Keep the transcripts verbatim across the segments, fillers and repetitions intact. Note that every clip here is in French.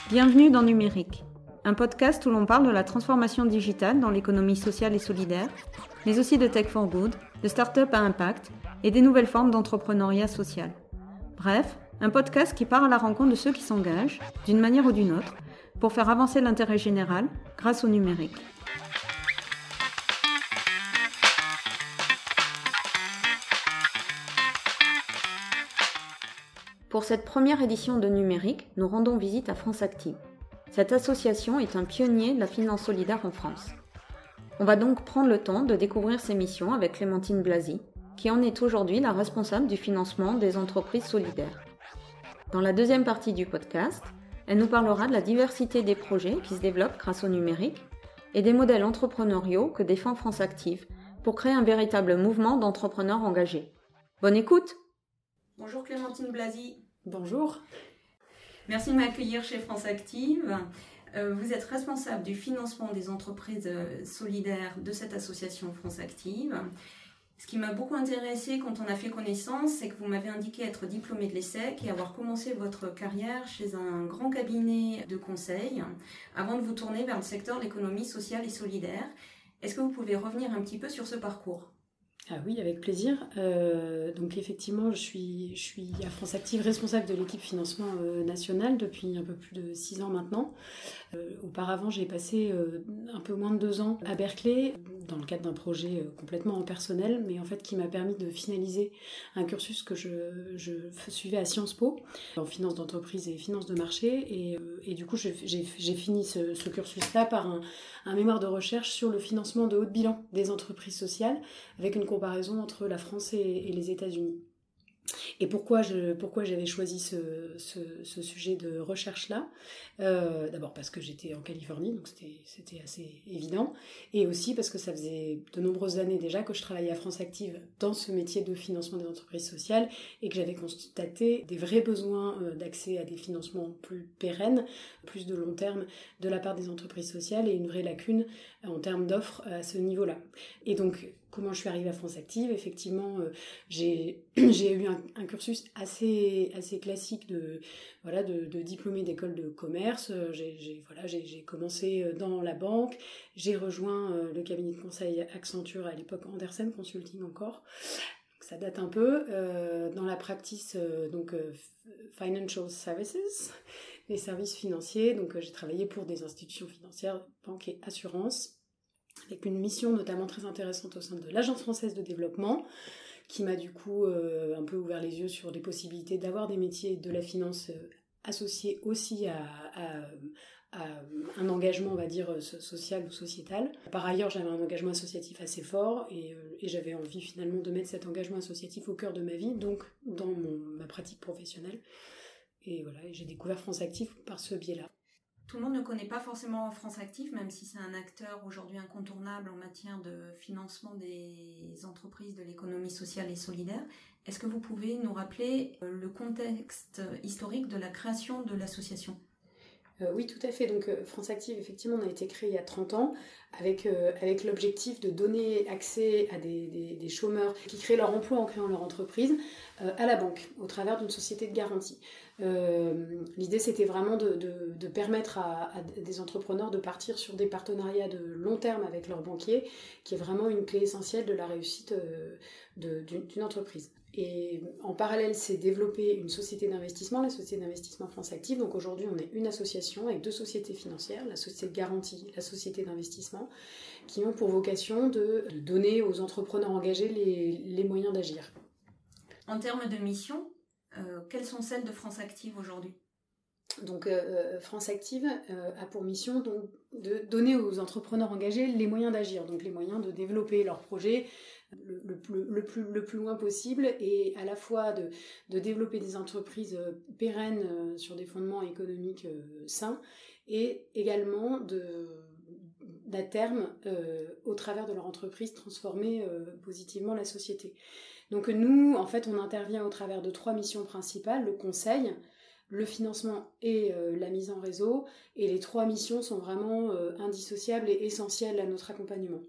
Bienvenue dans Numérique, un podcast où l'on parle de la transformation digitale dans l'économie sociale et solidaire, mais aussi de Tech for Good, de start-up à impact et des nouvelles formes d'entrepreneuriat social. Bref, un podcast qui part à la rencontre de ceux qui s'engagent, d'une manière ou d'une autre, pour faire avancer l'intérêt général grâce au numérique. Pour cette première édition de Numérique, nous rendons visite à France Active. Cette association est un pionnier de la finance solidaire en France. On va donc prendre le temps de découvrir ses missions avec Clémentine Blazy, qui en est aujourd'hui la responsable du financement des entreprises solidaires. Dans la deuxième partie du podcast, elle nous parlera de la diversité des projets qui se développent grâce au numérique et des modèles entrepreneuriaux que défend France Active pour créer un véritable mouvement d'entrepreneurs engagés. Bonne écoute! Bonjour Clémentine Blazy. Bonjour. Merci de m'accueillir chez France Active. Euh, vous êtes responsable du financement des entreprises solidaires de cette association France Active. Ce qui m'a beaucoup intéressée quand on a fait connaissance, c'est que vous m'avez indiqué être diplômée de l'E S S E C et avoir commencé votre carrière chez un grand cabinet de conseil avant de vous tourner vers le secteur de l'économie sociale et solidaire. Est-ce que vous pouvez revenir un petit peu sur ce parcours ? Ah oui, avec plaisir. Euh, donc effectivement, je suis, je suis à France Active responsable de l'équipe financement euh, national depuis un peu plus de six ans maintenant. Euh, auparavant, j'ai passé euh, un peu moins de deux ans à Berkeley dans le cadre d'un projet euh, complètement personnel, mais en fait qui m'a permis de finaliser un cursus que je, je suivais à Sciences Po en finance d'entreprise et finance de marché. Et, euh, et du coup, j'ai, j'ai, j'ai fini ce, ce cursus-là par un, un mémoire de recherche sur le financement de haut de bilan des entreprises sociales, avec une comparaison entre la France et, et les États-Unis. Et pourquoi, je, pourquoi j'avais choisi ce, ce, ce sujet de recherche-là ? euh, D'abord parce que j'étais en Californie, donc c'était, c'était assez évident. Et aussi parce que ça faisait de nombreuses années déjà que je travaillais à France Active dans ce métier de financement des entreprises sociales et que j'avais constaté des vrais besoins d'accès à des financements plus pérennes, plus de long terme de la part des entreprises sociales et une vraie lacune en termes d'offres à ce niveau-là. Et donc, comment je suis arrivée à France Active ? Effectivement, euh, j'ai, j'ai eu un, un cursus assez, assez classique de, voilà, de, de diplômée d'école de commerce. J'ai, j'ai, voilà, j'ai, j'ai commencé dans la banque, j'ai rejoint euh, le cabinet de conseil Accenture, à l'époque Andersen Consulting encore. Donc, ça date un peu. Euh, dans la practice, euh, donc euh, Financial Services, les services financiers. Donc euh, j'ai travaillé pour des institutions financières, banques et assurances, avec une mission notamment très intéressante au sein de l'Agence française de développement, qui m'a du coup euh, un peu ouvert les yeux sur des possibilités d'avoir des métiers de la finance euh, associés aussi à, à, à un engagement, on va dire, social ou sociétal. Par ailleurs, j'avais un engagement associatif assez fort et, euh, et j'avais envie finalement de mettre cet engagement associatif au cœur de ma vie, donc dans mon, ma pratique professionnelle. Et voilà, et j'ai découvert France Active par ce biais-là. Tout le monde ne connaît pas forcément France Active, même si c'est un acteur aujourd'hui incontournable en matière de financement des entreprises de l'économie sociale et solidaire. Est-ce que vous pouvez nous rappeler le contexte historique de la création de l'association ? Euh, oui, tout à fait. Donc, euh, France Active, effectivement, on a été créé il y a trente ans avec, euh, avec l'objectif de donner accès à des, des, des chômeurs qui créent leur emploi en créant leur entreprise euh, à la banque, au travers d'une société de garantie. Euh, l'idée, c'était vraiment de, de, de permettre à, à des entrepreneurs de partir sur des partenariats de long terme avec leurs banquiers, qui est vraiment une clé essentielle de la réussite euh, de, d'une, d'une entreprise. Et en parallèle, c'est développer une société d'investissement, la société d'investissement France Active. Donc aujourd'hui, on est une association avec deux sociétés financières, la société de garantie, la société d'investissement, qui ont pour vocation de, de donner aux entrepreneurs engagés les, les moyens d'agir. En termes de mission, euh, quelles sont celles de France Active aujourd'hui ? Donc euh, France Active euh, a pour mission donc, de donner aux entrepreneurs engagés les moyens d'agir, donc les moyens de développer leurs projets le, le, plus, le, plus, le plus loin possible et à la fois de, de développer des entreprises pérennes euh, sur des fondements économiques euh, sains et également de, d'à terme, euh, au travers de leur entreprise, transformer euh, positivement la société. Donc nous, en fait, on intervient au travers de trois missions principales, le conseil, le financement et euh, la mise en réseau, et les trois missions sont vraiment euh, indissociables et essentielles à notre accompagnement.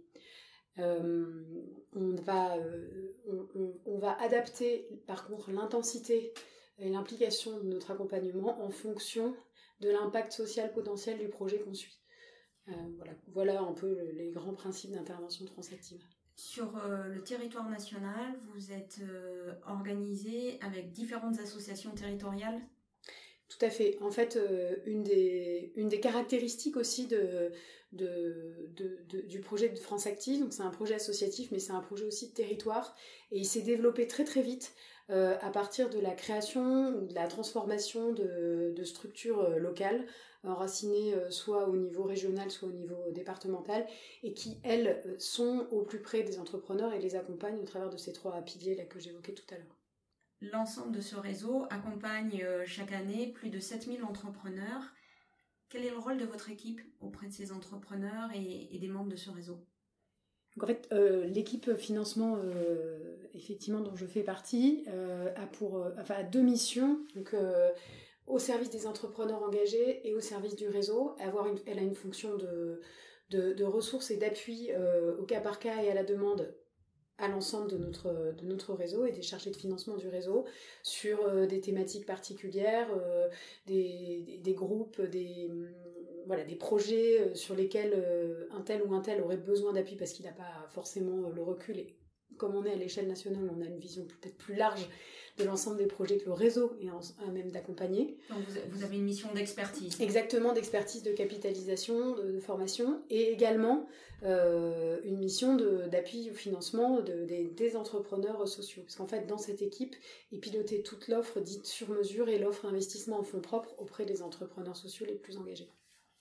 Euh, on, va, euh, on, on, on va adapter par contre l'intensité et l'implication de notre accompagnement en fonction de l'impact social potentiel du projet qu'on suit. Euh, voilà. voilà un peu le, les grands principes d'intervention de France Active. Sur euh, le territoire national, vous êtes euh, organisé avec différentes associations territoriales ? Tout à fait. En fait, euh, une, des, une des caractéristiques aussi de, de, de, de, du projet de France Active, donc c'est un projet associatif, mais c'est un projet aussi de territoire, et il s'est développé très très vite euh, à partir de la création ou de la transformation de, de structures euh, locales, enracinées euh, soit au niveau régional, soit au niveau départemental, et qui, elles, sont au plus près des entrepreneurs et les accompagnent au travers de ces trois piliers là que j'évoquais tout à l'heure. L'ensemble de ce réseau accompagne chaque année plus de sept mille entrepreneurs. Quel est le rôle de votre équipe auprès de ces entrepreneurs et, et des membres de ce réseau ? Donc en fait, euh, l'équipe financement, euh, effectivement, dont je fais partie, euh, a, pour, euh, enfin, a deux missions. Donc, euh, au service des entrepreneurs engagés et au service du réseau. Avoir une, elle a une fonction de, de, de ressources et d'appui euh, au cas par cas et à la demande à l'ensemble de notre, de notre réseau et des chargés de financement du réseau sur euh, des thématiques particulières, euh, des, des, des groupes, des, euh, voilà, des projets euh, sur lesquels euh, un tel ou un tel aurait besoin d'appui parce qu'il n'a pas forcément le recul. Et comme on est à l'échelle nationale, on a une vision peut-être plus large de l'ensemble des projets que le réseau est en, à même d'accompagner. Donc vous, vous avez une mission d'expertise. Exactement, d'expertise, de capitalisation, de, de formation, et également euh, une mission de, d'appui au financement de, des, des entrepreneurs sociaux. Parce qu'en fait, dans cette équipe, est pilotée toute l'offre dite sur mesure et l'offre investissement en fonds propres auprès des entrepreneurs sociaux les plus engagés.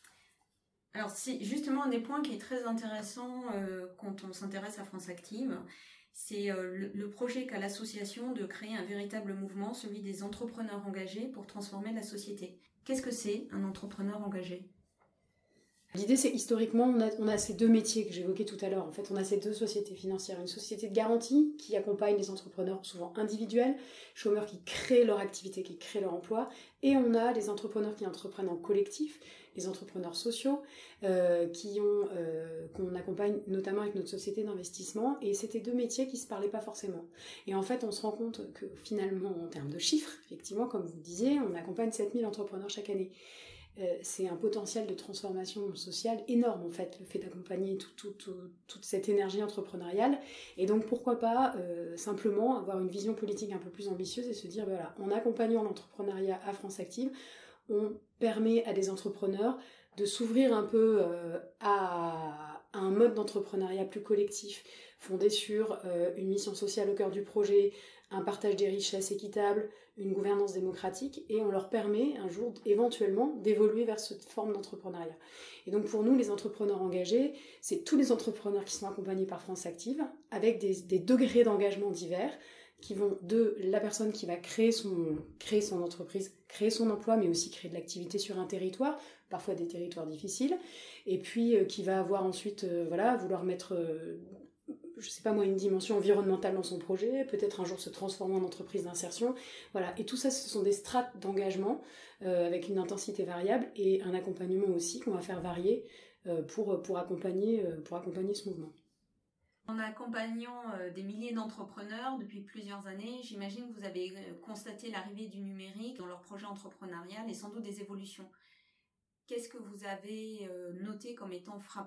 Alors, c'est justement un des points qui est très intéressant euh, quand on s'intéresse à France Active, c'est euh, le, le projet qu'a l'association de créer un véritable mouvement, celui des entrepreneurs engagés pour transformer la société. Qu'est-ce que c'est un entrepreneur engagé ? L'idée, c'est historiquement, on a, on a ces deux métiers que j'évoquais tout à l'heure. En fait, on a ces deux sociétés financières. Une société de garantie qui accompagne les entrepreneurs, souvent individuels, chômeurs qui créent leur activité, qui créent leur emploi. Et on a les entrepreneurs qui entreprennent en collectif, les entrepreneurs sociaux, euh, qui ont, euh, qu'on accompagne notamment avec notre société d'investissement. Et c'était deux métiers qui se parlaient pas forcément. Et en fait, on se rend compte que finalement, en termes de chiffres, effectivement, comme vous le disiez, on accompagne sept mille entrepreneurs chaque année. Euh, c'est un potentiel de transformation sociale énorme, en fait, le fait d'accompagner tout, tout, tout, toute cette énergie entrepreneuriale. Et donc, pourquoi pas euh, simplement avoir une vision politique un peu plus ambitieuse et se dire, voilà, en accompagnant l'entrepreneuriat à France Active, on permet à des entrepreneurs de s'ouvrir un peu euh, à, à un mode d'entrepreneuriat plus collectif, fondé sur euh, une mission sociale au cœur du projet, un partage des richesses équitable, une gouvernance démocratique, et on leur permet un jour éventuellement d'évoluer vers cette forme d'entrepreneuriat. Et donc pour nous, les entrepreneurs engagés, c'est tous les entrepreneurs qui sont accompagnés par France Active, avec des, des degrés d'engagement divers, qui vont de la personne qui va créer son, créer son entreprise, créer son emploi, mais aussi créer de l'activité sur un territoire, parfois des territoires difficiles, et puis euh, qui va avoir ensuite, euh, voilà, vouloir mettre... Euh, je sais pas moi, une dimension environnementale dans son projet, peut-être un jour se transformer en entreprise d'insertion, voilà. Et tout ça, ce sont des strates d'engagement euh, avec une intensité variable et un accompagnement aussi qu'on va faire varier euh, pour, pour, accompagner, euh, pour accompagner ce mouvement. En accompagnant euh, des milliers d'entrepreneurs depuis plusieurs années, j'imagine que vous avez euh, constaté l'arrivée du numérique dans leur projet entrepreneurial et sans doute des évolutions. Qu'est-ce que vous avez euh, noté comme étant frappant ?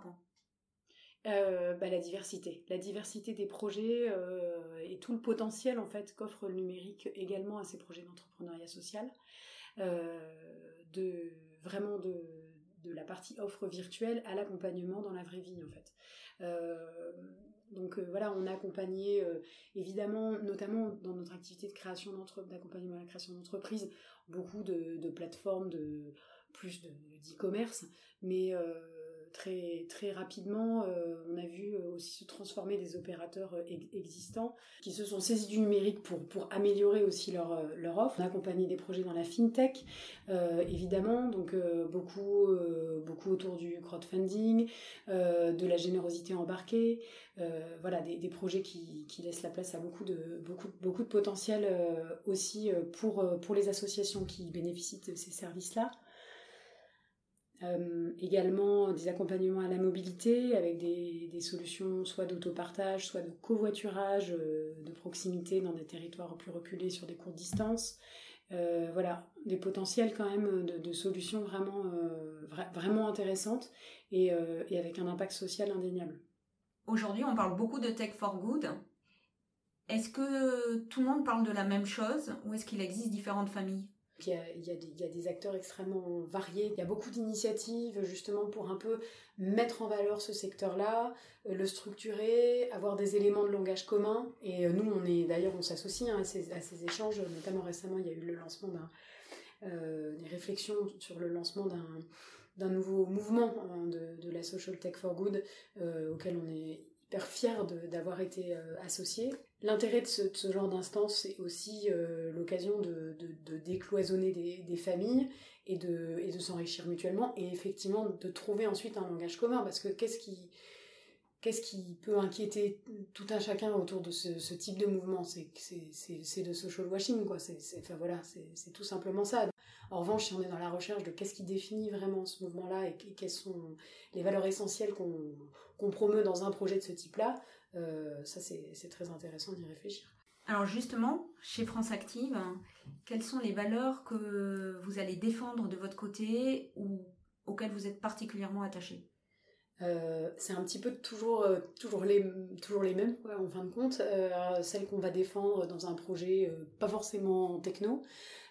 Euh, bah, la diversité, la diversité des projets euh, et tout le potentiel en fait qu'offre le numérique également à ces projets d'entrepreneuriat social, euh, de vraiment de, de la partie offre virtuelle à l'accompagnement dans la vraie vie en fait. Euh, donc euh, voilà, on a accompagné euh, évidemment, notamment dans notre activité de création d'entre- d'accompagnement à la création d'entreprise, beaucoup de, de plateformes, de plus de, d'e-commerce, mais euh, Très, très rapidement, euh, on a vu aussi se transformer des opérateurs euh, existants qui se sont saisis du numérique pour, pour améliorer aussi leur, euh, leur offre. On a accompagné des projets dans la fintech, euh, évidemment, donc euh, beaucoup, euh, beaucoup autour du crowdfunding, euh, de la générosité embarquée, euh, voilà, des, des projets qui, qui laissent la place à beaucoup de, beaucoup, beaucoup de potentiel euh, aussi pour, pour les associations qui bénéficient de ces services-là. Euh, également des accompagnements à la mobilité avec des, des solutions soit d'autopartage, soit de covoiturage euh, de proximité dans des territoires plus reculés sur des courtes distances. Euh, voilà, des potentiels quand même de, de solutions vraiment, euh, vra- vraiment intéressantes et, euh, et avec un impact social indéniable. Aujourd'hui, on parle beaucoup de Tech for Good. Est-ce que tout le monde parle de la même chose ou est-ce qu'il existe différentes familles ? Il y, a, il, y a des, il y a des acteurs extrêmement variés. Il y a beaucoup d'initiatives justement pour un peu mettre en valeur ce secteur-là, euh, le structurer, avoir des éléments de langage commun. Et euh, nous, on est d'ailleurs, on s'associe hein, à, ces, à ces échanges. Notamment récemment, il y a eu le lancement d'un, euh, des réflexions sur le lancement d'un, d'un nouveau mouvement hein, de, de la Social Tech for Good euh, auquel on est hyper fiers de, d'avoir été euh, associés. L'intérêt de ce, de ce genre d'instance, c'est aussi euh, l'occasion de, de, de décloisonner des, des familles et de, et de s'enrichir mutuellement et effectivement de trouver ensuite un langage commun parce que qu'est-ce qui, qu'est-ce qui peut inquiéter tout un chacun autour de ce, ce type de mouvement ? C'est, c'est, c'est, c'est de social washing, quoi. C'est, c'est, enfin, voilà, c'est, c'est tout simplement ça. En revanche, si on est dans la recherche de qu'est-ce qui définit vraiment ce mouvement-là et quelles sont les valeurs essentielles qu'on, qu'on promeut dans un projet de ce type-là, euh, ça c'est, c'est très intéressant d'y réfléchir. Alors justement, chez France Active, quelles sont les valeurs que vous allez défendre de votre côté ou auxquelles vous êtes particulièrement attaché ? Euh, c'est un petit peu toujours, euh, toujours, les, toujours les mêmes, quoi, en fin de compte. Euh, celles qu'on va défendre dans un projet euh, pas forcément techno.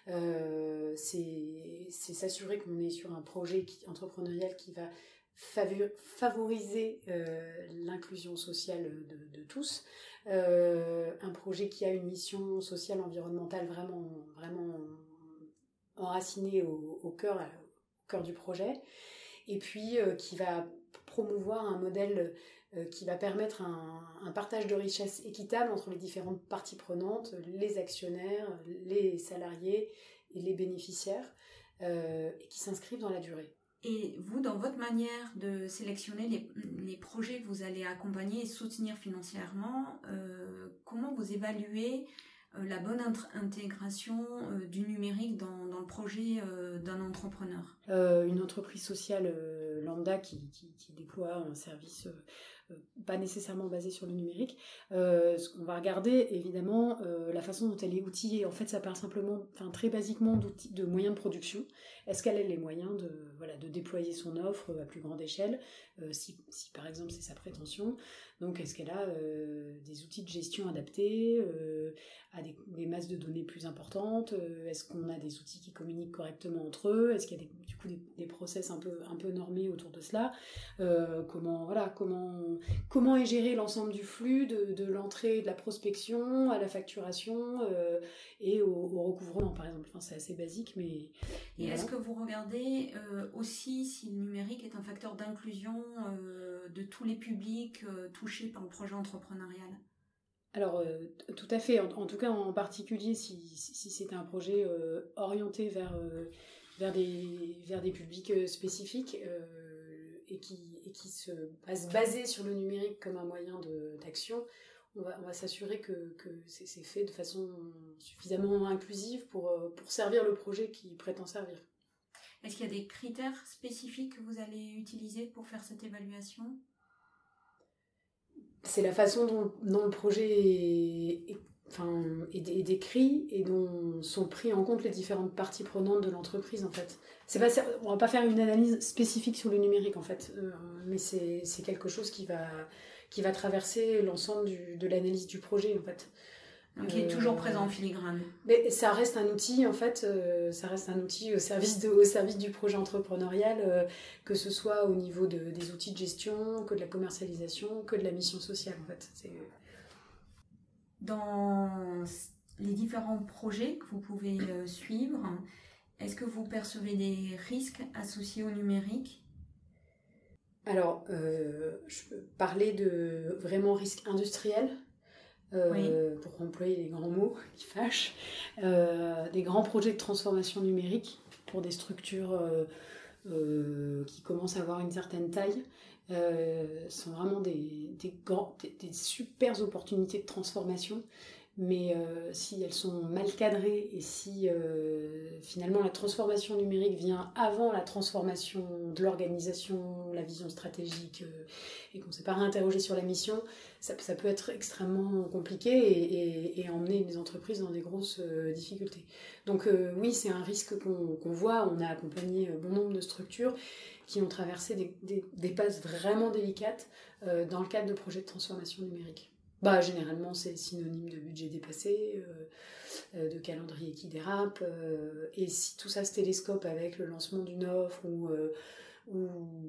Euh, c'est, c'est s'assurer qu'on est sur un projet qui, entrepreneurial qui va favor- favoriser euh, l'inclusion sociale de, de tous. Euh, un projet qui a une mission sociale, environnementale vraiment, vraiment enracinée au, au, cœur, au cœur du projet. Et puis euh, qui va promouvoir un modèle euh, qui va permettre un, un partage de richesses équitable entre les différentes parties prenantes, les actionnaires, les salariés et les bénéficiaires, euh, et qui s'inscrivent dans la durée. Et vous, dans votre manière de sélectionner les, les projets que vous allez accompagner et soutenir financièrement, euh, comment vous évaluez euh, la bonne int- intégration euh, du numérique dans, dans le projet euh, d'un entrepreneur ? euh, Une entreprise sociale euh, lambda qui, qui, qui déploie un service euh, pas nécessairement basé sur le numérique, euh, ce qu'on va regarder évidemment euh, la façon dont elle est outillée. En fait, ça part simplement, enfin très basiquement d'outils, de moyens de production. Est-ce qu'elle a les moyens de, voilà, de déployer son offre à plus grande échelle, euh, si, si par exemple c'est sa prétention. Donc est-ce qu'elle a euh, des outils de gestion adaptés euh, à des, des masses de données plus importantes, euh, est-ce qu'on a des outils qui communiquent correctement entre eux, est-ce qu'il y a des, du coup des, des process un peu, un peu normés autour de cela, euh, comment, voilà, comment, comment est géré l'ensemble du flux de, de l'entrée de la prospection à la facturation euh, et au, au recouvrement par exemple. Enfin, c'est assez basique, mais... Et voilà. est-ce que vous regardez euh, aussi si le numérique est un facteur d'inclusion euh, de tous les publics euh, touchés par le projet entrepreneurial ? Alors, euh, tout à fait. En, en tout cas, en particulier, si, si, si c'est un projet euh, orienté vers, euh, vers, des, vers des publics euh, spécifiques euh, et, qui, et qui se va se baser sur le numérique comme un moyen de, d'action, on va, on va s'assurer que, que c'est, c'est fait de façon suffisamment inclusive pour, pour servir le projet qui prétend servir. Est-ce qu'il y a des critères spécifiques que vous allez utiliser pour faire cette évaluation ? C'est la façon dont, dont le projet est, est, enfin, est, est décrit et dont sont pris en compte les différentes parties prenantes de l'entreprise en fait. C'est pas, on va pas faire une analyse spécifique sur le numérique en fait, euh, mais c'est, c'est quelque chose qui va, qui va traverser l'ensemble du, de l'analyse du projet en fait. Donc, qui est toujours présent en filigrane. Mais ça reste un outil, en fait, euh, ça reste un outil au service, de, au service du projet entrepreneurial, euh, que ce soit au niveau de, des outils de gestion, que de la commercialisation, que de la mission sociale, en fait. C'est... Dans les différents projets que vous pouvez euh, suivre, est-ce que vous percevez des risques associés au numérique ? Alors, euh, je peux parler de vraiment risques industriels. Euh, oui. Pour employer les grands mots qui fâchent, euh, des grands projets de transformation numérique pour des structures euh, euh, qui commencent à avoir une certaine taille, euh, sont vraiment des, des, grands, des, des super opportunités de transformation Mais euh, si elles sont mal cadrées et si euh, finalement la transformation numérique vient avant la transformation de l'organisation, la vision stratégique, euh, et qu'on ne s'est pas réinterrogé sur la mission, ça, ça peut être extrêmement compliqué et, et, et emmener les entreprises dans des grosses euh, difficultés. Donc euh, oui, c'est un risque qu'on, qu'on voit. On a accompagné bon nombre de structures qui ont traversé des, des, des passes vraiment délicates euh, dans le cadre de projets de transformation numérique. Bah, généralement, c'est synonyme de budget dépassé, euh, de calendrier qui dérape. Euh, et si tout ça se télescope avec le lancement d'une offre ou, euh, ou,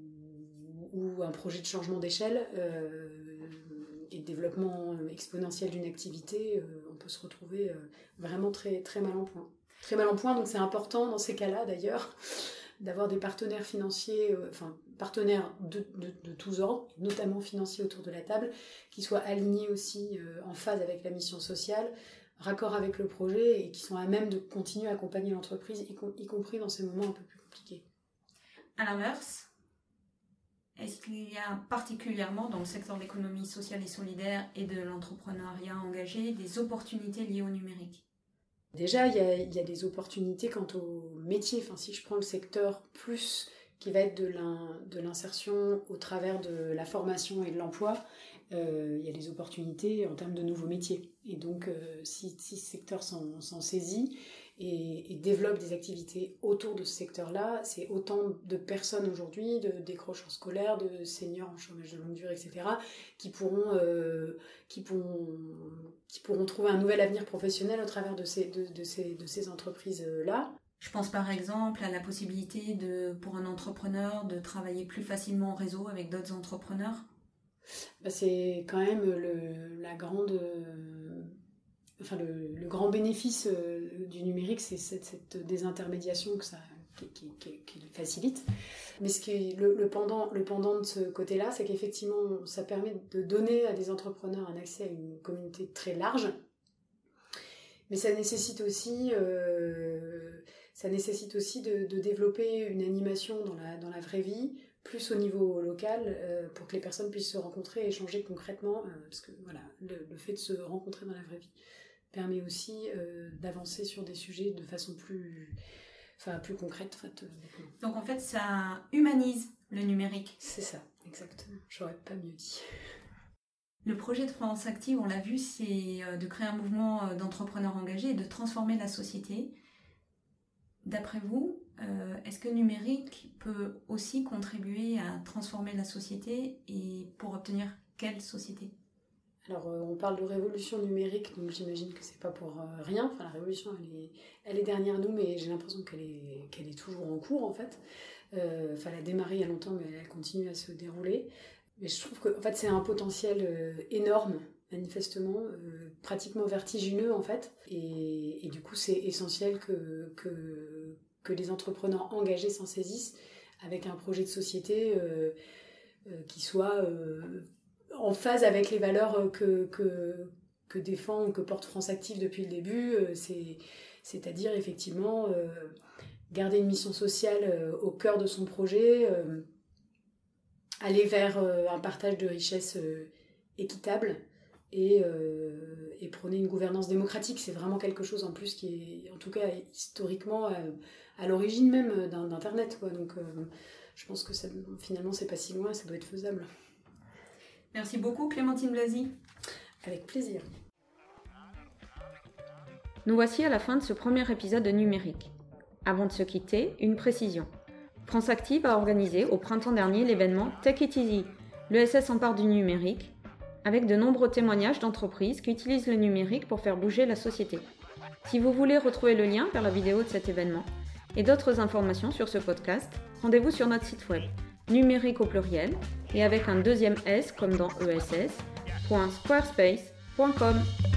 ou un projet de changement d'échelle euh, et de développement exponentiel d'une activité, euh, on peut se retrouver euh, vraiment très, très mal en point. Très mal en point, donc c'est important dans ces cas-là d'ailleurs d'avoir des partenaires financiers, euh, enfin partenaires de, de, de tous ordres, notamment financiers autour de la table, qui soient alignés aussi euh, en phase avec la mission sociale, raccord avec le projet et qui sont à même de continuer à accompagner l'entreprise, y, com- y compris dans ces moments un peu plus compliqués. À l'inverse, est-ce qu'il y a particulièrement dans le secteur de l'économie sociale et solidaire et de l'entrepreneuriat engagé des opportunités liées au numérique ? Déjà, il y a, il y a des opportunités quant au métier. Enfin, si je prends le secteur plus qui va être de, l'in, de l'insertion au travers de la formation et de l'emploi, euh, il y a des opportunités en termes de nouveaux métiers. Et donc, euh, si, si ce secteur s'en, s'en saisit et, et développe des activités autour de ce secteur-là, c'est autant de personnes aujourd'hui, de décrocheurs scolaires, de seniors en chômage de longue durée, et cetera, qui pourront, euh, qui pourront, qui pourront trouver un nouvel avenir professionnel au travers de ces, de, de ces, de ces entreprises-là. Je pense par exemple à la possibilité de, pour un entrepreneur de travailler plus facilement en réseau avec d'autres entrepreneurs. Bah, c'est quand même le, la grande, euh, enfin le, le grand bénéfice euh, du numérique, c'est cette, cette désintermédiation que ça, qui, qui, qui, qui facilite. Mais ce qui est le, le, pendant, le pendant de ce côté-là, c'est qu'effectivement, ça permet de donner à des entrepreneurs un accès à une communauté très large. Mais ça nécessite aussi, euh, ça nécessite aussi de, de développer une animation dans la, dans la vraie vie, plus au niveau local, euh, pour que les personnes puissent se rencontrer et échanger concrètement, euh, parce que voilà, le, le fait de se rencontrer dans la vraie vie permet aussi euh, d'avancer sur des sujets de façon plus, enfin, plus concrète. En fait, euh, Donc en fait, ça humanise le numérique. C'est ça, exactement. J'aurais pas mieux dit. Le projet de France Active, on l'a vu, c'est de créer un mouvement d'entrepreneurs engagés et de transformer la société. D'après vous, euh, est-ce que le numérique peut aussi contribuer à transformer la société et pour obtenir quelle société ? Alors, euh, on parle de révolution numérique, donc j'imagine que c'est pas pour euh, rien. Enfin, la révolution, elle est, elle est derrière nous, mais j'ai l'impression qu'elle est, qu'elle est toujours en cours, en fait. Euh, enfin, elle a démarré il y a longtemps, mais elle continue à se dérouler. Mais je trouve que en fait, c'est un potentiel euh, énorme, manifestement, euh, pratiquement vertigineux, en fait. Et, et du coup, c'est essentiel que, que, que les entrepreneurs engagés s'en saisissent avec un projet de société euh, euh, qui soit euh, en phase avec les valeurs que, que, que défend ou que porte France Active depuis le début. Euh, c'est, c'est-à-dire, effectivement, euh, garder une mission sociale euh, au cœur de son projet, euh, aller vers euh, un partage de richesses euh, équitable et, euh, et prôner une gouvernance démocratique. C'est vraiment quelque chose en plus qui est, en tout cas historiquement, à, à l'origine même d'un, d'Internet, quoi. Donc euh, je pense que ça, finalement c'est pas si loin, ça doit être faisable. Merci beaucoup Clémentine Blasi. Avec plaisir. Nous voici à la fin de ce premier épisode de Numérique. Avant de se quitter, une précision. France Active a organisé au printemps dernier l'événement Take It Easy, l'E S S empare du numérique, avec de nombreux témoignages d'entreprises qui utilisent le numérique pour faire bouger la société. Si vous voulez retrouver le lien vers la vidéo de cet événement et d'autres informations sur ce podcast, rendez-vous sur notre site web, numérique au pluriel, et avec un deuxième S comme dans E S S, point squarespace point com.